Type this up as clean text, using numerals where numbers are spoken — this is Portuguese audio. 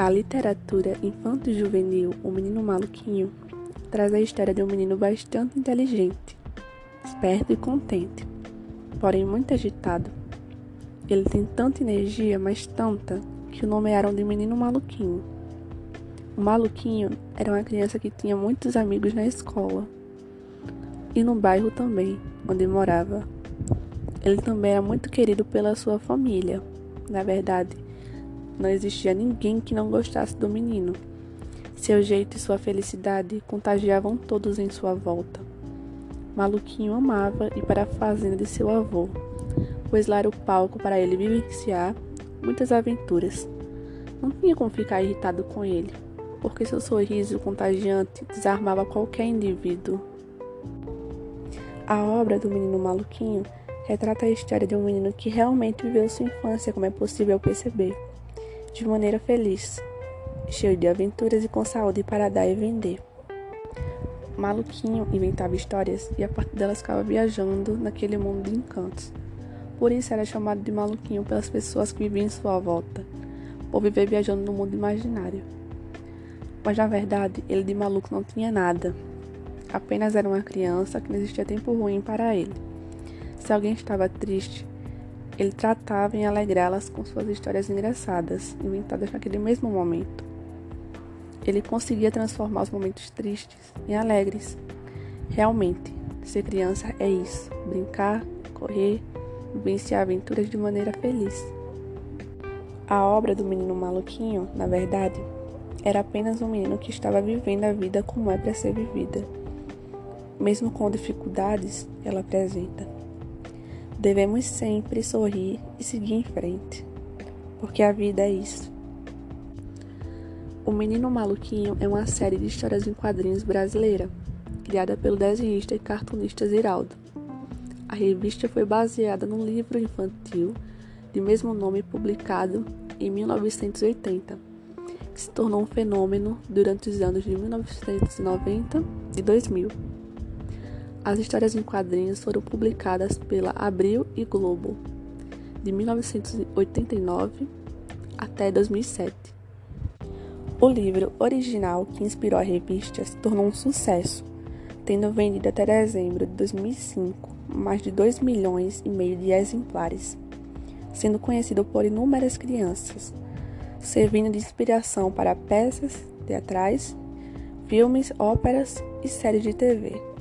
A literatura infanto-juvenil O Menino Maluquinho traz a história de um menino bastante inteligente, esperto e contente, porém muito agitado. Ele tem tanta energia, mas tanta, que o nomearam de Menino Maluquinho. O Maluquinho era uma criança que tinha muitos amigos na escola e no bairro também, onde morava. Ele também era muito querido pela sua família. Na verdade, não existia ninguém que não gostasse do menino. Seu jeito e sua felicidade contagiavam todos em sua volta. Maluquinho amava ir para a fazenda de seu avô, pois lá era o palco para ele vivenciar muitas aventuras. Não tinha como ficar irritado com ele, porque seu sorriso contagiante desarmava qualquer indivíduo. A obra do Menino Maluquinho retrata a história de um menino que realmente viveu sua infância, como é possível perceber, de maneira feliz, cheio de aventuras e com saúde para dar e vender. Maluquinho inventava histórias e a partir delas ficava viajando naquele mundo de encantos. Por isso era chamado de Maluquinho pelas pessoas que viviam em sua volta, por viver viajando no mundo imaginário. Mas na verdade, ele de maluco não tinha nada. Apenas era uma criança que não existia tempo ruim para ele. Se alguém estava triste, ele tratava em alegrá-las com suas histórias engraçadas, inventadas naquele mesmo momento. Ele conseguia transformar os momentos tristes em alegres. Realmente, ser criança é isso: brincar, correr, vivenciar aventuras de maneira feliz. A obra do Menino Maluquinho, na verdade, era apenas um menino que estava vivendo a vida como é para ser vivida, mesmo com dificuldades ela apresenta. Devemos sempre sorrir e seguir em frente, porque a vida é isso. O Menino Maluquinho é uma série de histórias em quadrinhos brasileira, criada pelo desenhista e cartunista Ziraldo. A revista foi baseada num livro infantil de mesmo nome publicado em 1980, que se tornou um fenômeno durante os anos de 1990 e 2000. As histórias em quadrinhos foram publicadas pela Abril e Globo, de 1989 até 2007. O livro original que inspirou a revista se tornou um sucesso, tendo vendido até dezembro de 2005 mais de 2,5 milhões de exemplares, sendo conhecido por inúmeras crianças, servindo de inspiração para peças teatrais, filmes, óperas e séries de TV.